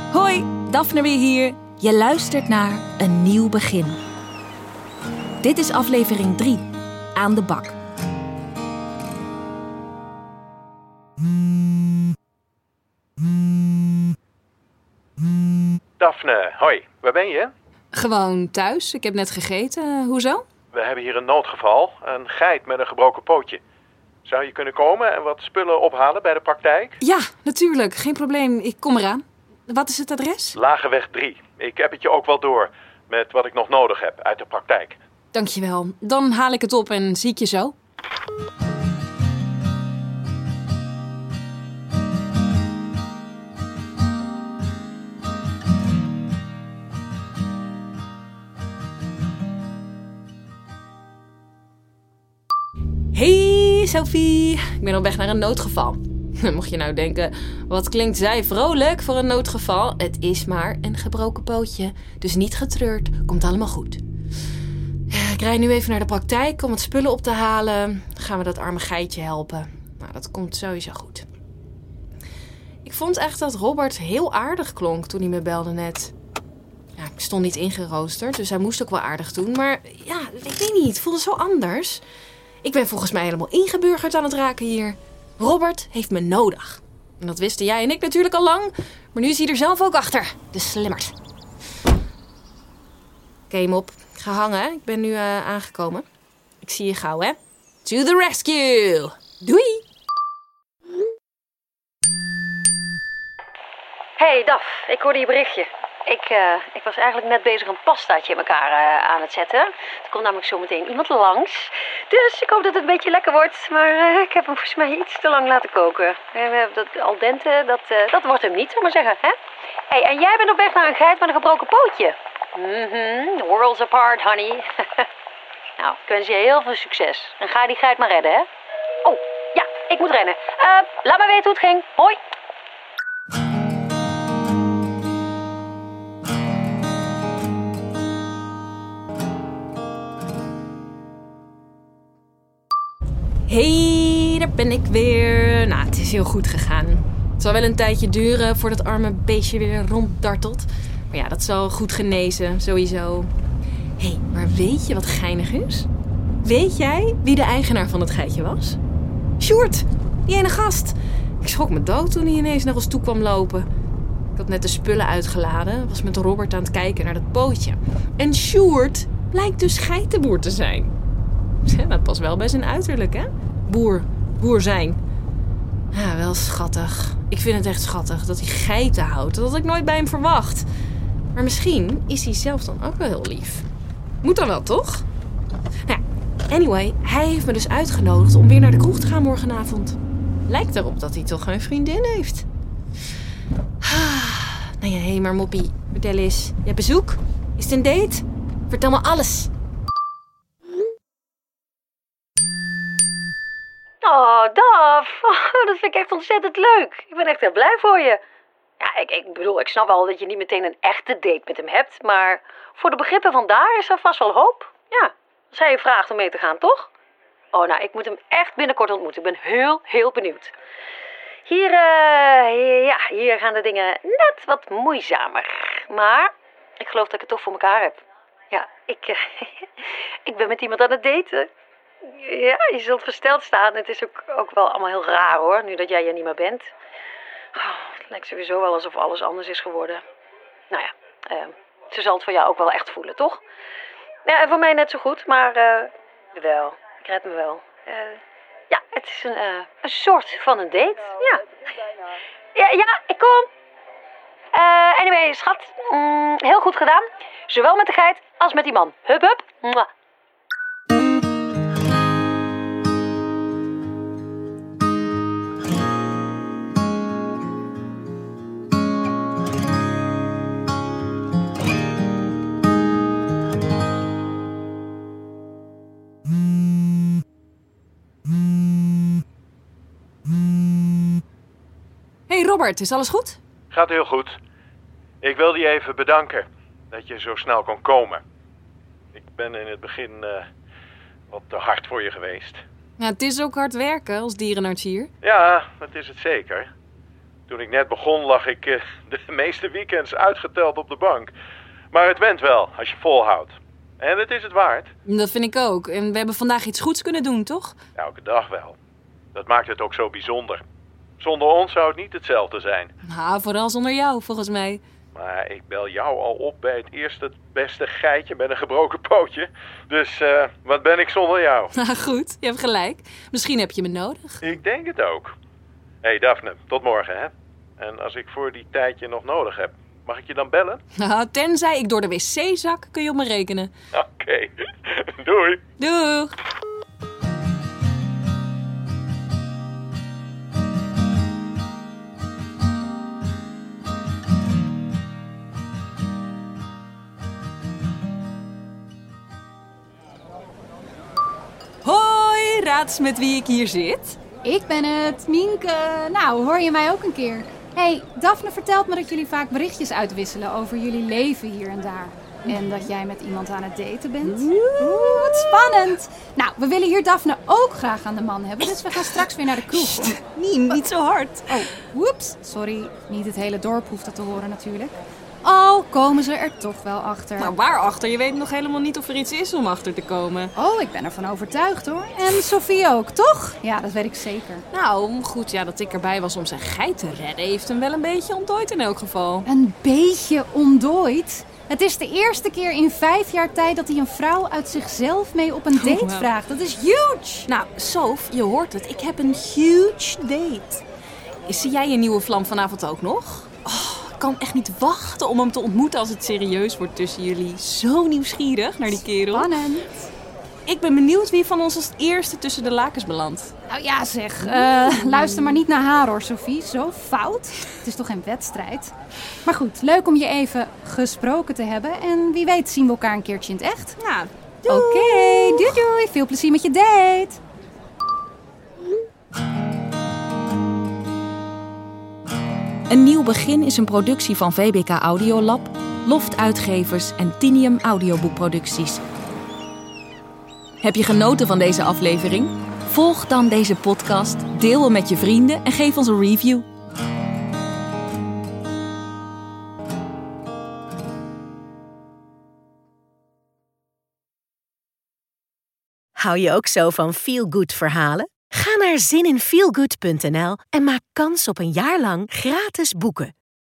Hoi, Daphne weer hier. Je luistert naar Een Nieuw Begin. Dit is aflevering 3, Aan de bak. Daphne, hoi. Waar ben je? Gewoon thuis. Ik heb net gegeten. Hoezo? We hebben hier een noodgeval. Een geit met een gebroken pootje. Zou je kunnen komen en wat spullen ophalen bij de praktijk? Ja, natuurlijk. Geen probleem. Ik kom eraan. Wat is het adres? Lageweg 3. Ik heb het je ook wel door. Met wat ik nog nodig heb uit de praktijk. Dankjewel. Dan haal ik het op en zie ik je zo. Hey Sophie, ik ben op weg naar een noodgeval. Mocht je nou denken, wat klinkt zij vrolijk voor een noodgeval? Het is maar een gebroken pootje, dus niet getreurd, komt allemaal goed. Ik rijd nu even naar de praktijk om wat spullen op te halen. Dan gaan we dat arme geitje helpen. Nou, dat komt sowieso goed. Ik vond echt dat Robert heel aardig klonk toen hij me belde net. Ja, ik stond niet ingeroosterd, dus hij moest ook wel aardig doen. Maar ja, ik weet niet, het voelde zo anders. Ik ben volgens mij helemaal ingeburgerd aan het raken hier. Robert heeft me nodig. En dat wisten jij en ik natuurlijk al lang. Maar nu is hij er zelf ook achter. De slimmerd. Oké, mop. Ik ga hangen, hè? Ik ben nu aangekomen. Ik zie je gauw, hè? To the rescue! Doei! Hey Daf, ik hoorde je berichtje. Ik was eigenlijk net bezig een pastaatje in elkaar aan het zetten. Er komt namelijk zo meteen iemand langs. Dus ik hoop dat het een beetje lekker wordt. Maar ik heb hem volgens mij iets te lang laten koken. Dat al dente, dat wordt hem niet, zou ik maar zeggen. Hè? Hey, en jij bent op weg naar een geit met een gebroken pootje. Worlds apart, honey. Nou, ik wens je heel veel succes. En ga die geit maar redden, hè? Oh, ja, ik moet rennen. Laat me weten hoe het ging. Hoi. Hey, daar ben ik weer. Nou, het is heel goed gegaan. Het zal wel een tijdje duren voordat het arme beestje weer ronddartelt. Maar ja, dat zal goed genezen, sowieso. Hé, maar weet je wat geinig is? Weet jij wie de eigenaar van het geitje was? Sjoerd, die ene gast. Ik schrok me dood toen hij ineens naar ons toe kwam lopen. Ik had net de spullen uitgeladen, was met Robert aan het kijken naar dat pootje. En Sjoerd blijkt dus geitenboer te zijn. Ja, dat past wel bij zijn uiterlijk, hè? Boer zijn. Ja, wel schattig. Ik vind het echt schattig dat hij geiten houdt. Dat had ik nooit bij hem verwacht. Maar misschien is hij zelf dan ook wel heel lief. Moet dan wel, toch? Nou, anyway, hij heeft me dus uitgenodigd om weer naar de kroeg te gaan morgenavond. Lijkt erop dat hij toch een vriendin heeft. Nou ja, hé, maar moppie, vertel eens. Je hebt bezoek? Is het een date? Vertel me alles. Oh, Daf. Oh, dat vind ik echt ontzettend leuk. Ik ben echt heel blij voor je. Ja, ik bedoel, ik snap wel dat je niet meteen een echte date met hem hebt. Maar voor de begrippen van daar is er vast wel hoop. Ja, als hij je vraagt om mee te gaan, toch? Oh, nou, ik moet hem echt binnenkort ontmoeten. Ik ben heel, heel benieuwd. Hier gaan de dingen net wat moeizamer. Maar ik geloof dat ik het toch voor elkaar heb. Ja, ik ben met iemand aan het daten. Ja, je zult versteld staan. Het is ook wel allemaal heel raar, hoor, nu dat jij er niet meer bent. Oh, het lijkt sowieso wel alsof alles anders is geworden. Nou ja, ze zal het voor jou ook wel echt voelen, toch? Ja, en voor mij net zo goed, maar wel. Ik red me wel. Ja, het is een soort van een date, ja. Ja, ik kom. Anyway, schat, heel goed gedaan. Zowel met de geit als met die man. Hup, hup. Mwah. Hey Robert, is alles goed? Gaat heel goed. Ik wilde je even bedanken dat je zo snel kon komen. Ik ben in het begin wat te hard voor je geweest. Ja, het is ook hard werken als dierenarts hier. Ja, dat is het zeker. Toen ik net begon lag ik de meeste weekends uitgeteld op de bank. Maar het went wel, als je volhoudt. En het is het waard. Dat vind ik ook. En we hebben vandaag iets goeds kunnen doen, toch? Elke dag wel. Dat maakt het ook zo bijzonder. Zonder ons zou het niet hetzelfde zijn. Nou, vooral zonder jou, volgens mij. Maar ik bel jou al op bij het eerste beste geitje met een gebroken pootje. Dus wat ben ik zonder jou? Nou goed, je hebt gelijk. Misschien heb je me nodig. Ik denk het ook. Hé Daphne, tot morgen hè. En als ik voor die tijdje nog nodig heb, mag ik je dan bellen? Nou, tenzij ik door de wc zak, kun je op me rekenen. Oké. Doei. Doeg! Hoi, raad eens met wie ik hier zit. Ik ben het, Mienke. Nou, hoor je mij ook een keer? Hey, Daphne vertelt me dat jullie vaak berichtjes uitwisselen over jullie leven hier en daar. En dat jij met iemand aan het daten bent. Oeh, wat spannend. Nou, we willen hier Daphne ook graag aan de man hebben, dus we gaan straks weer naar de kroeg. Niet zo hard. Oh, woeps. Sorry, niet het hele dorp hoeft het te horen natuurlijk. Oh, komen ze er toch wel achter. Nou, waarachter? Je weet nog helemaal niet of er iets is om achter te komen. Oh, ik ben ervan overtuigd hoor. En Sophie ook, toch? Ja, dat weet ik zeker. Nou, goed, ja, dat ik erbij was om zijn geit te redden heeft hem wel een beetje ontdooid in elk geval. Een beetje ontdooid? Het is de eerste keer in 5 jaar tijd dat hij een vrouw uit zichzelf mee op een date vraagt. Dat is huge! Nou, Sof, je hoort het. Ik heb een huge date. Zie jij je nieuwe vlam vanavond ook nog? Oh, ik kan echt niet wachten om hem te ontmoeten als het serieus wordt tussen jullie. Zo nieuwsgierig naar die kerel. Spannend. Ik ben benieuwd wie van ons als eerste tussen de lakens belandt. Nou ja zeg, luister maar niet naar haar hoor, Sophie. Zo fout. Het is toch geen wedstrijd? Maar goed, leuk om je even gesproken te hebben. En wie weet zien we elkaar een keertje in het echt. Nou, Oké, doei doei. Veel plezier met je date. Een nieuw begin is een productie van VBK Audiolab, Loft Uitgevers en Tinium Audioboekproducties. Heb je genoten van deze aflevering? Volg dan deze podcast, deel hem met je vrienden en geef ons een review. Hou je ook zo van feel-good verhalen? Ga naar zininfeelgood.nl en maak kans op een jaar lang gratis boeken.